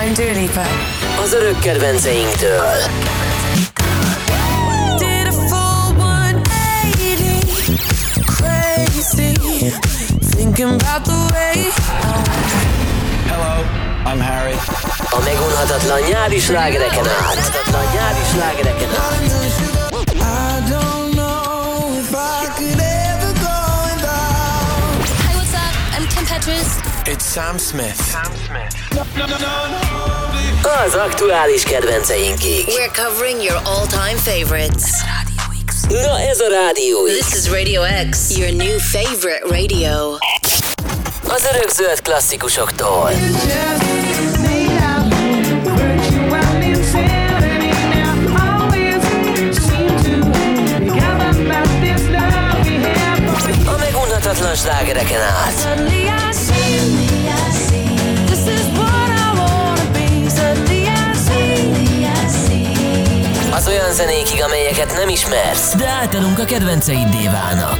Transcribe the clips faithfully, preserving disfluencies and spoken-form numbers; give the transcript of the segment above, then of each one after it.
I'm Dua Lipa. Az örök kedvenceinktől. Did a full one eighty, crazy, thinking about the way. Hello, I'm Harry. A megunhatatlan nyári slágereken át. Megunhatatlan nyári slágereken át. I don't know if I could ever go without. Hi, what's up? I'm Kim Petras. It's Sam Smith. Sam Smith. No, no, no, no. Az aktuális kedvenceinkig. We're covering your all-time favorites. Na ez a Rádió X. This is Radio X, your new favorite radio. Az örökzöld klasszikusoktól. A megunhatatlan slágereken át. Az olyan zenékig, amelyeket nem ismersz, de általunk a kedvenceiddé válnak.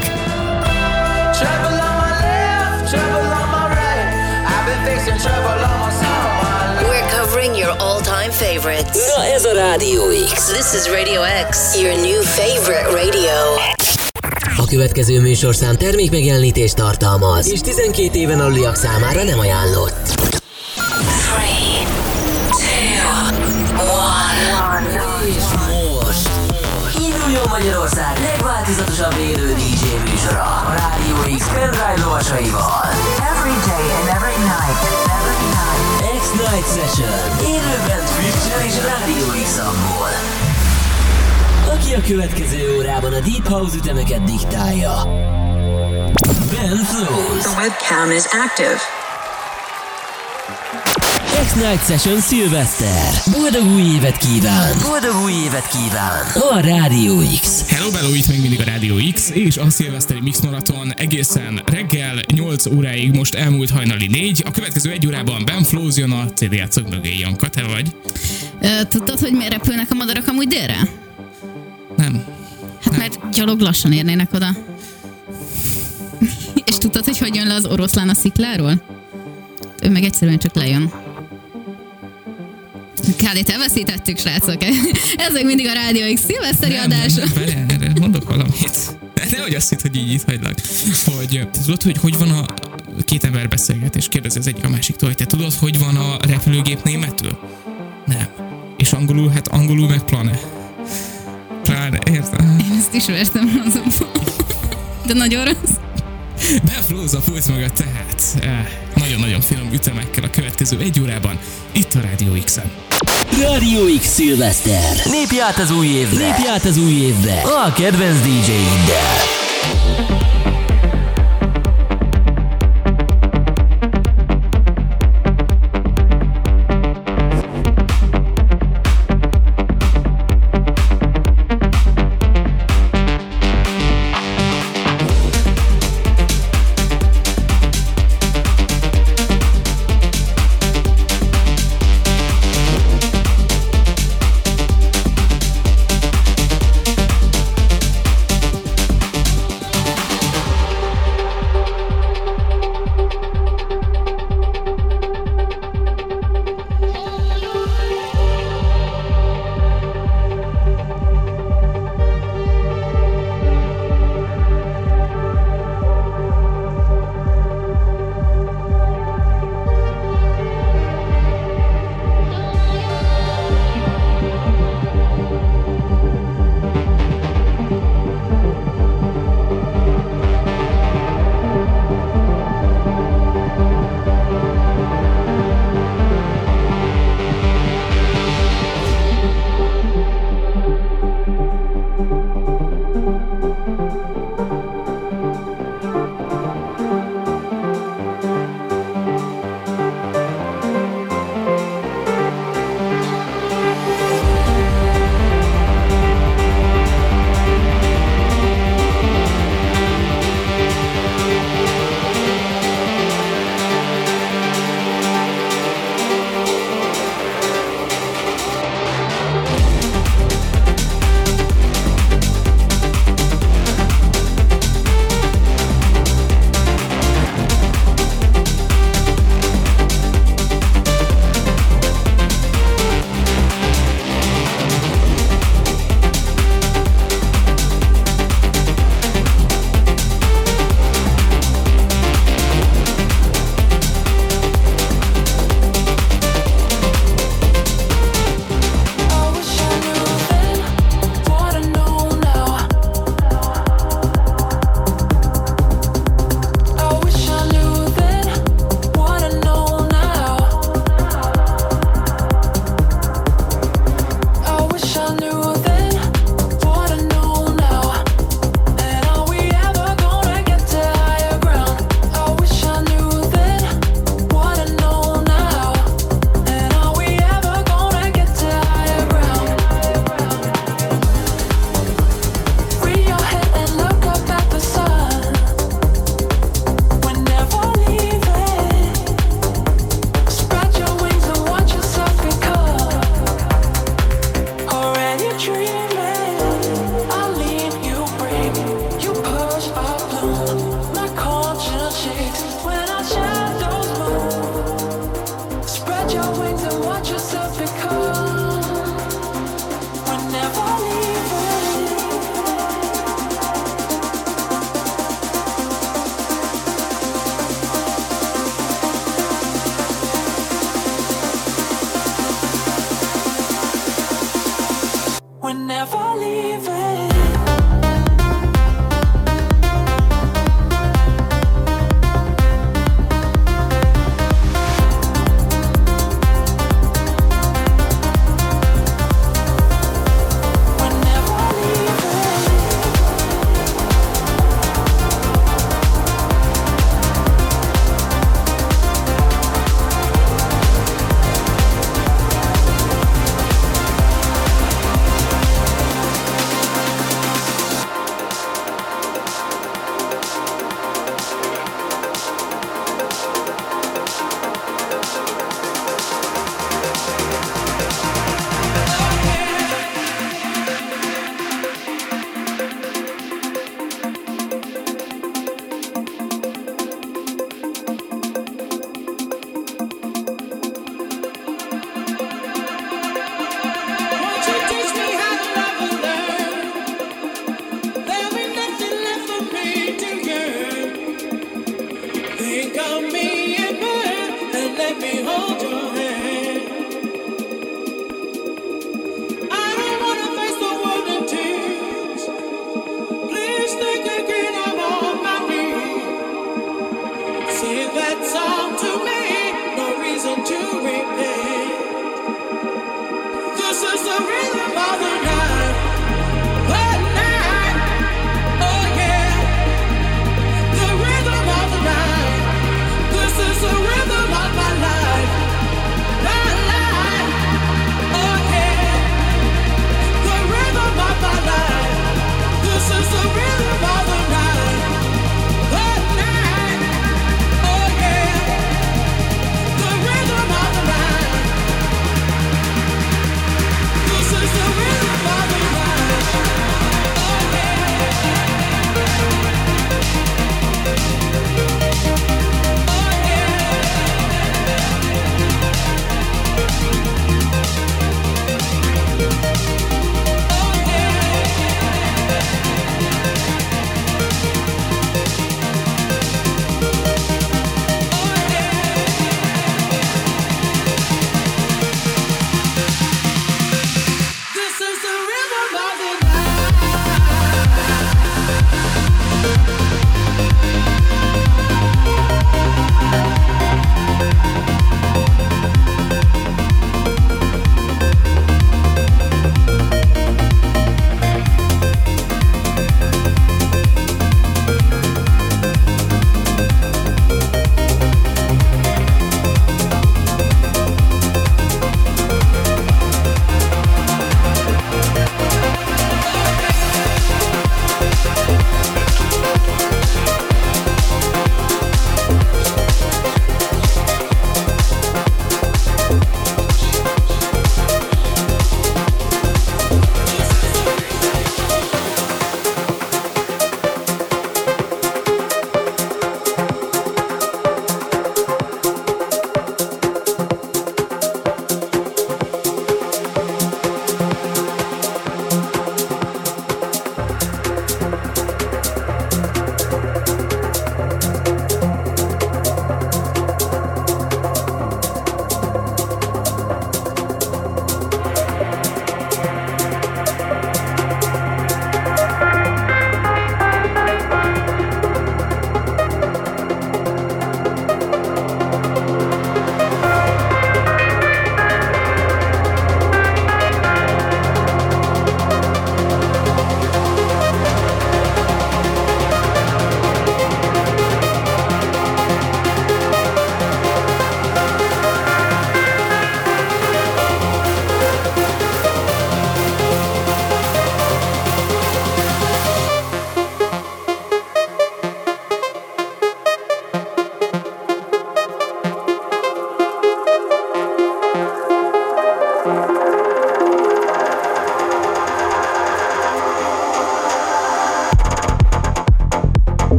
We're covering your all-time favorites. Na ez a Rádió X. This is Radio X, your new favorite radio. A következő műsorszám termékmegjelenítést tartalmaz, és tizenkét éven aluliak számára nem ajánlott. Three, two, one. És most induljon Magyarország legváltozatosabb élő dé dzsé műsora a Rádió X pendrive lovasaival. Every day and every night, every night. X-Night Session. Élőben Twitch-en és Rádió X-amból. Aki a következő órában a Deep House ütemeket diktálja. Ben Flows. The webcam is active. X-Night Session Szilveszter. Boldog új évet kíván! Boldog új évet kíván! A Rádió X. Hello, bello, itt még mindig a Rádió X, és a szilveszteri mixmaraton egészen reggel nyolc óráig, most elmúlt hajnali négy. A következő egy órában Ben Flows jön a cé dé játszók mögé. Janka, te vagy? Ö, tudtad, hogy miért repülnek a madarak amúgy délre? Nem. Hát nem. Mert gyalog lassan érnének oda. És tudtad, hogy hogy jön le az oroszlán a szikláról? Ő meg egyszerűen csak lejön. Kádét elveszítettük, srácok. Ez még mindig a Rádió X szilveszteri adás. Nem, nem, nem, nem, mondok valamit. Nehogy azt hitt, hogy így itt hagylak. Hogy tudod, hogy hogy van a két ember beszélget, és kérdezi az egyik a másiktól, hogy te tudod, hogy van a repülőgép németül? Nem. És angolul, hát angolul meg plane. Pláne, értem? Én ezt ismertem azonban. De nagyon rossz. Ben Flows a pulc mögött tehát. Eh, nagyon-nagyon finom ütemekkel a következő egy órában, itt a Rádió X-en. Rádió X Szilveszter. Lépj át az új évbe. Lépj át az új évbe. A kedvenc dé dzsé-iddel.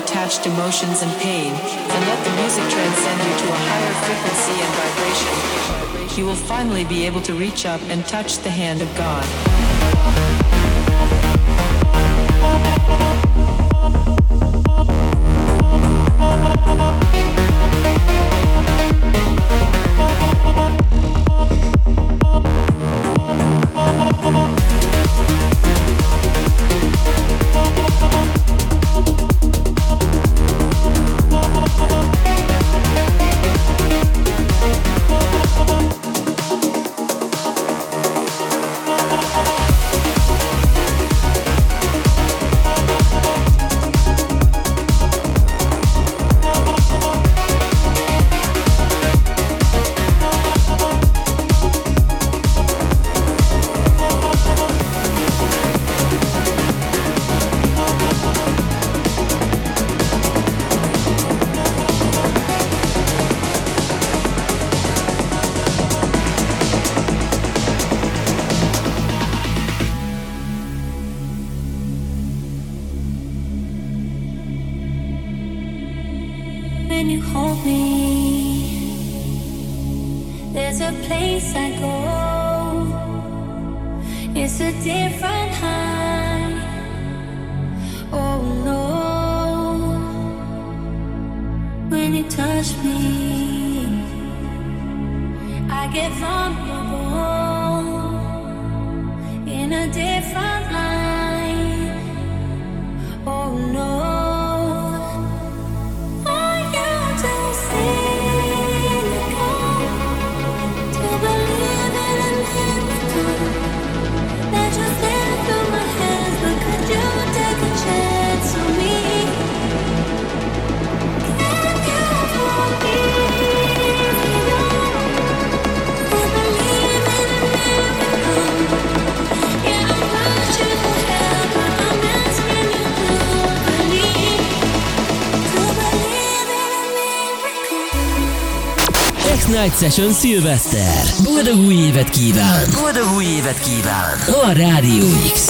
attached emotions and pain, and let the music transcend you to a higher frequency and vibration. You will finally be able to reach up and touch the hand of God. When you hold me, there's a place I go. It's a different high. Oh no. When you touch me, I get vulnerable in a different line. Oh no. X-Night Session Szilveszter. Boldog új évet kíván! Boldog új évet kíván! A Rádió X.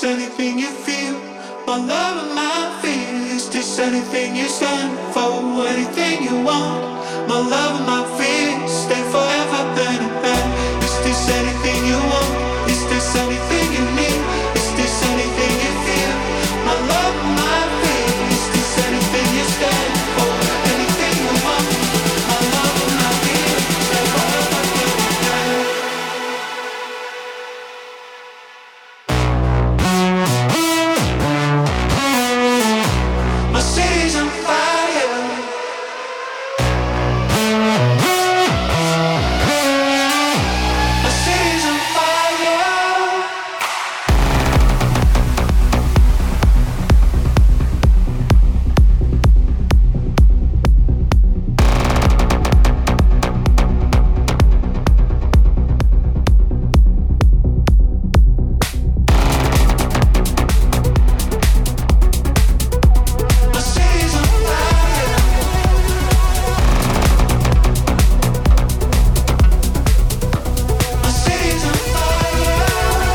this anything you feel? My love and my fear. Is this anything you stand for? Anything you want? My love and my fear. Stay forever then and then. Is this anything you want? Is this anything you need? Is this anything you feel? My love and my fear. Is this anything you stand for? Anything you want? My love and my fear. Stay forever then and then. My city's on fire. My city's on fire. My city's on fire. My city's on fire.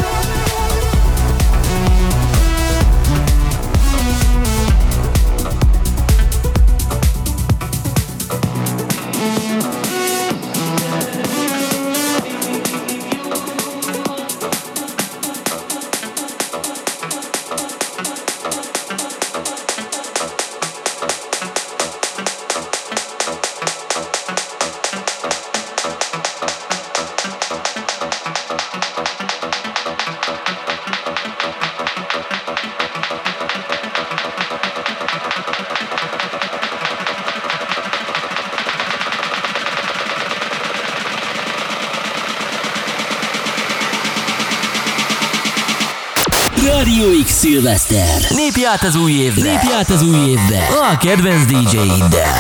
Radio X Szilveszter. Lépj át az új évbe. Lépj át az új évbe. A kedvenc dé dzsé-iddel.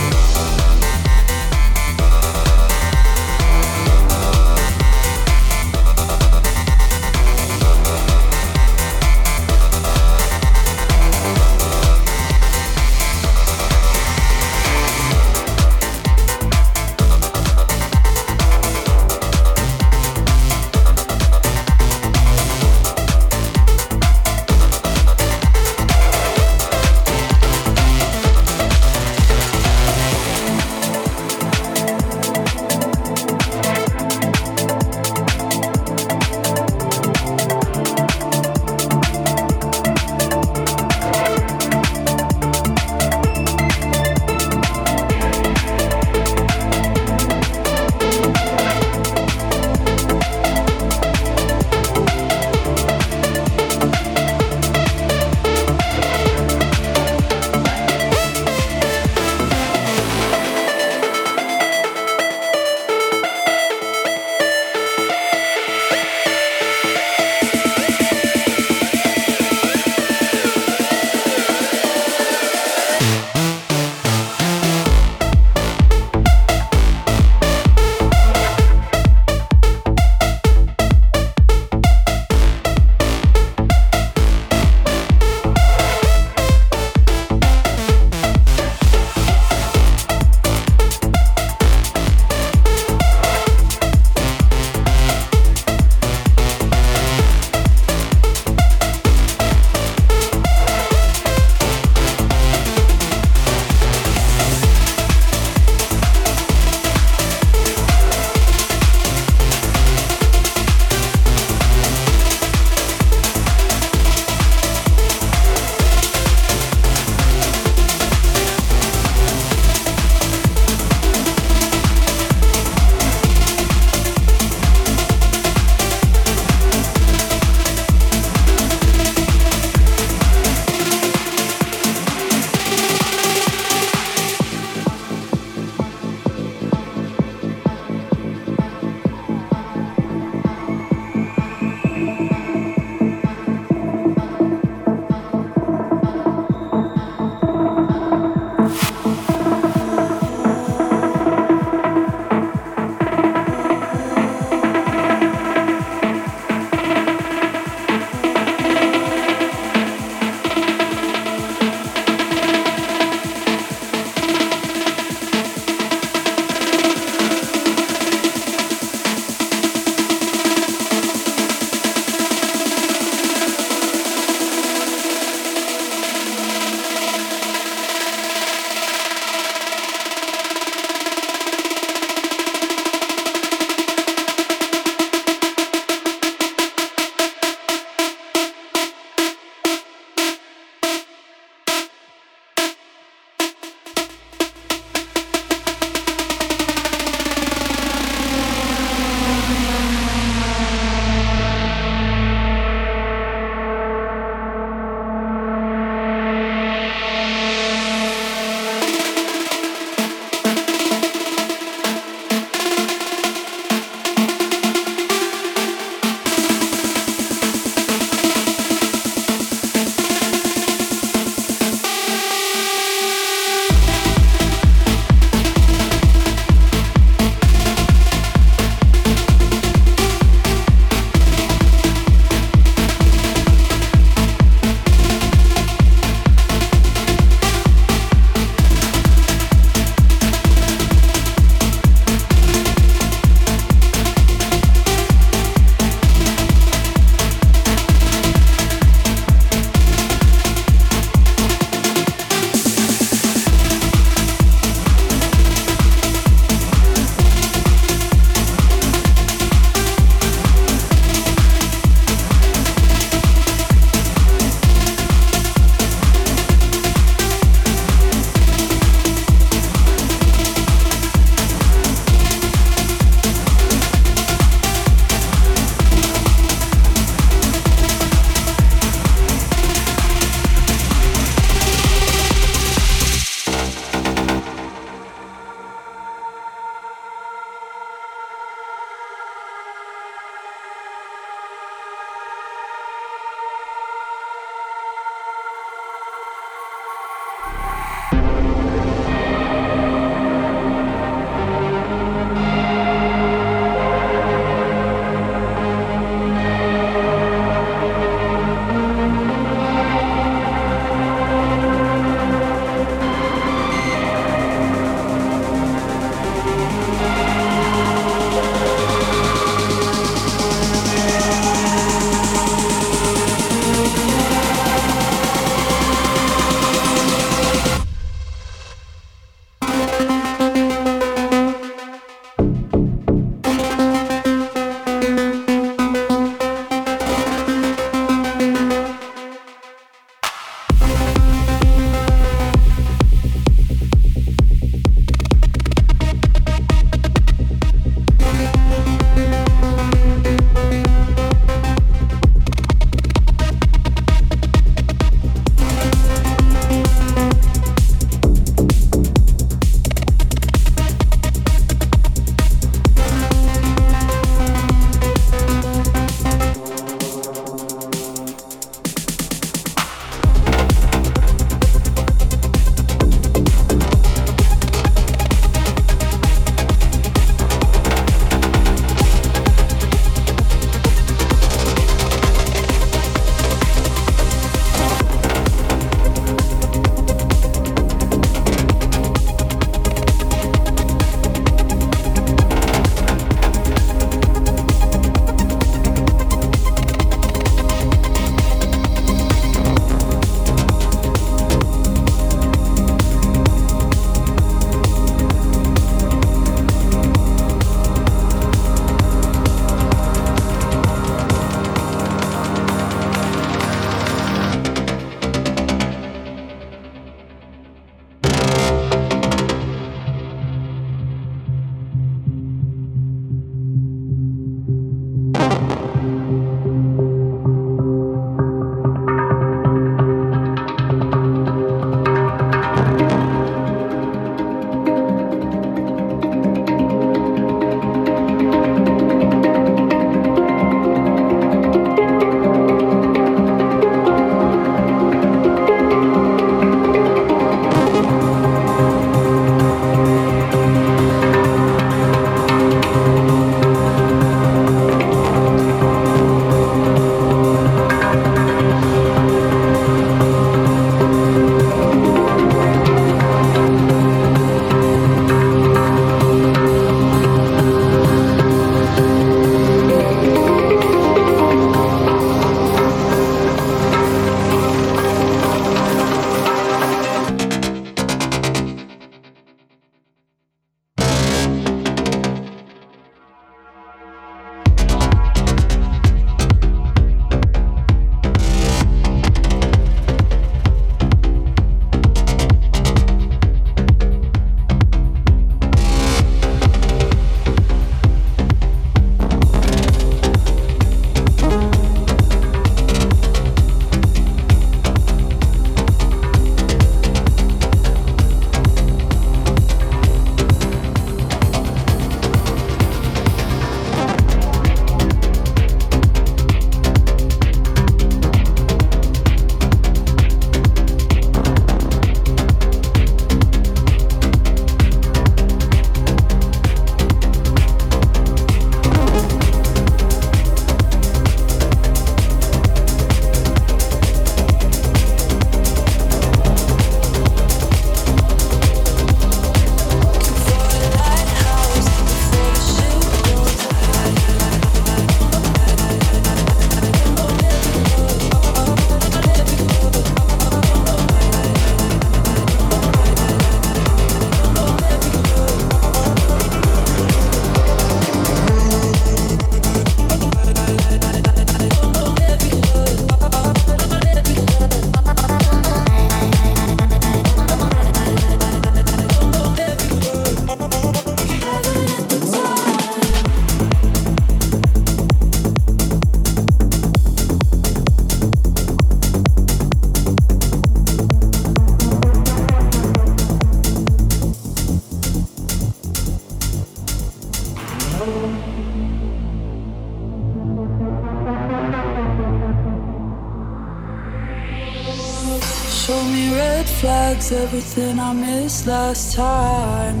flags, everything I missed last time.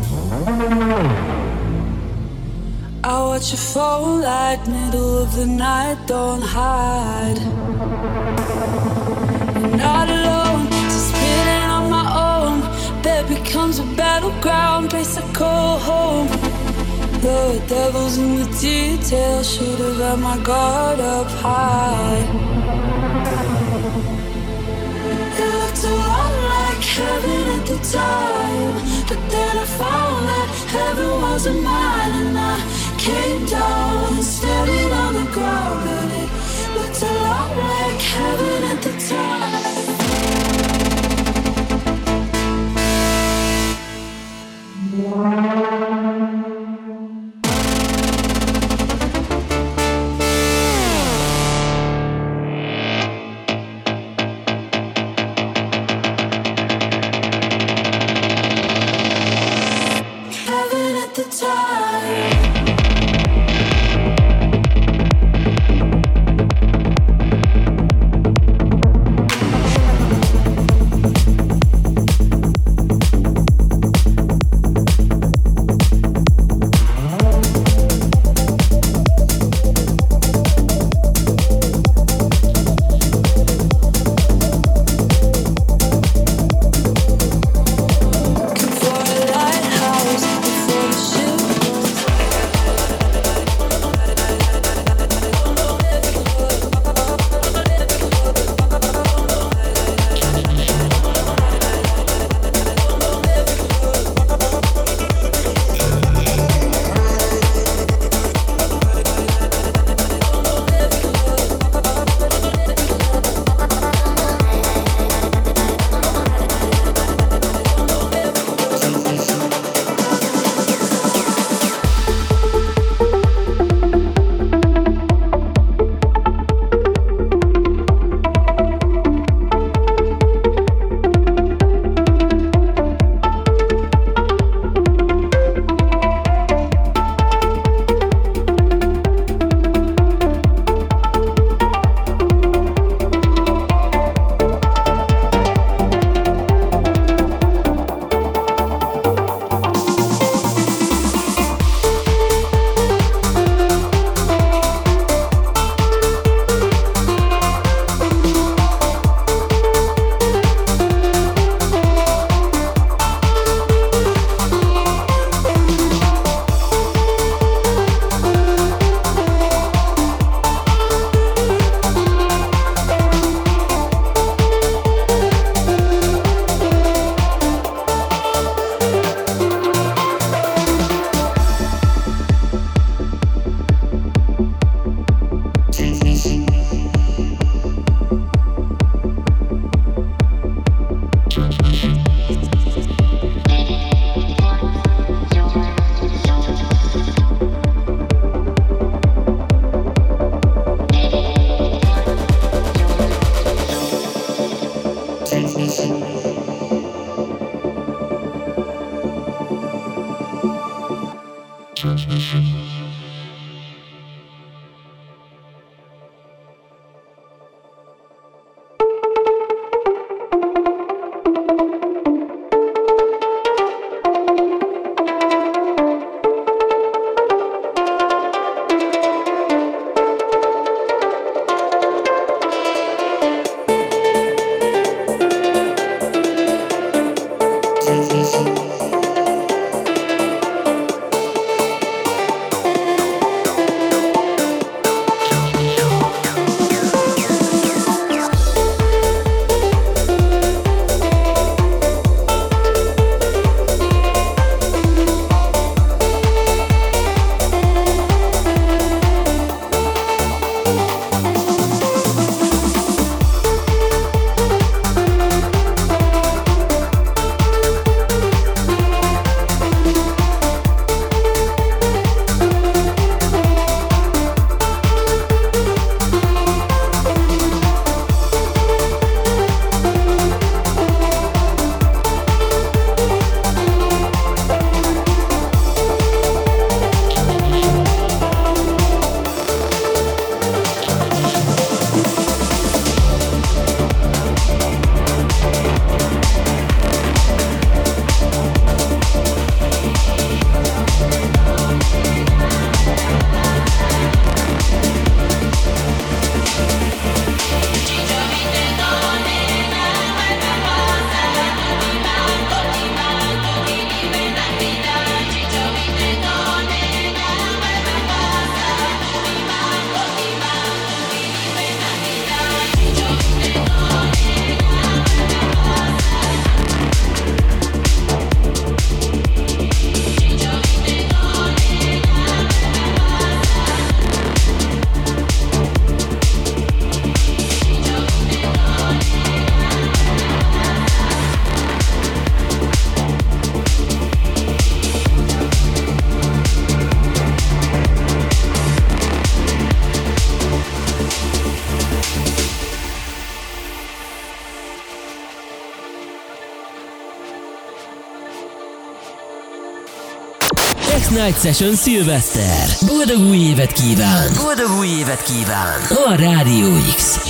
I watch your phone light, middle of the night, don't hide. You're not alone, just spinning on my own. Bed becomes a battleground, place I call home. The devil's in the details, should've had my guard up high. It looked a lot like heaven at the time, but then I found that heaven wasn't mine, and I came down and standing on the ground, and it looked a lot like heaven at the time. X-Night Session Szilveszter. Boldog új évet kíván! Boldog új évet kíván! A Rádió X.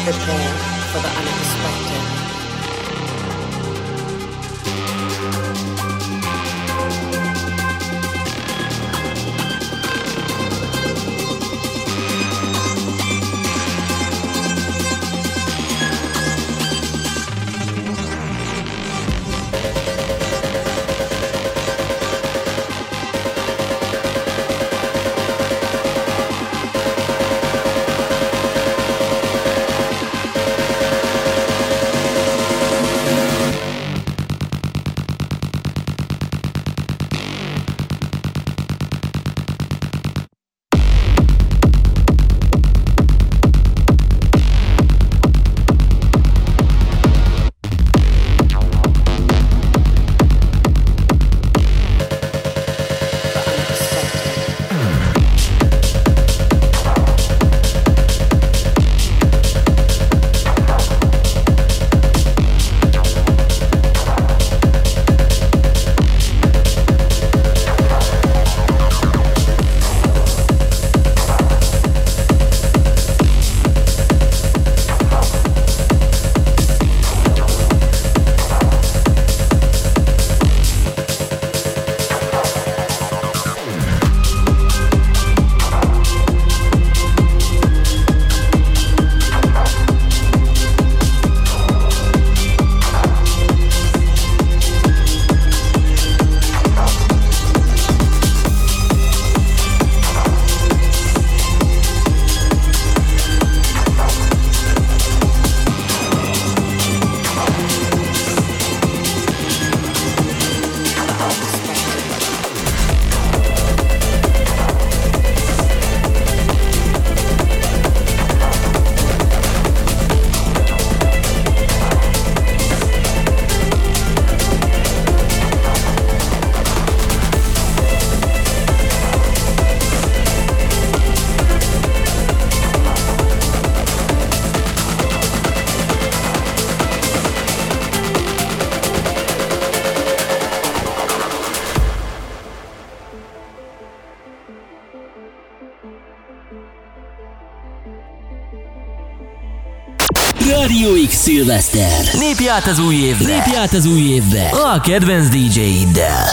Prepare for the unexpected. Radio X Szilveszter. Lépj át az új évbe. Lépj át az új évbe. A kedvenc dé dzsé-iddel.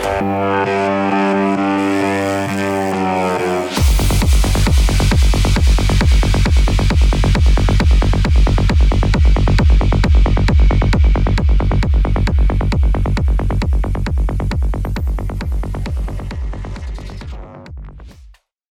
Thank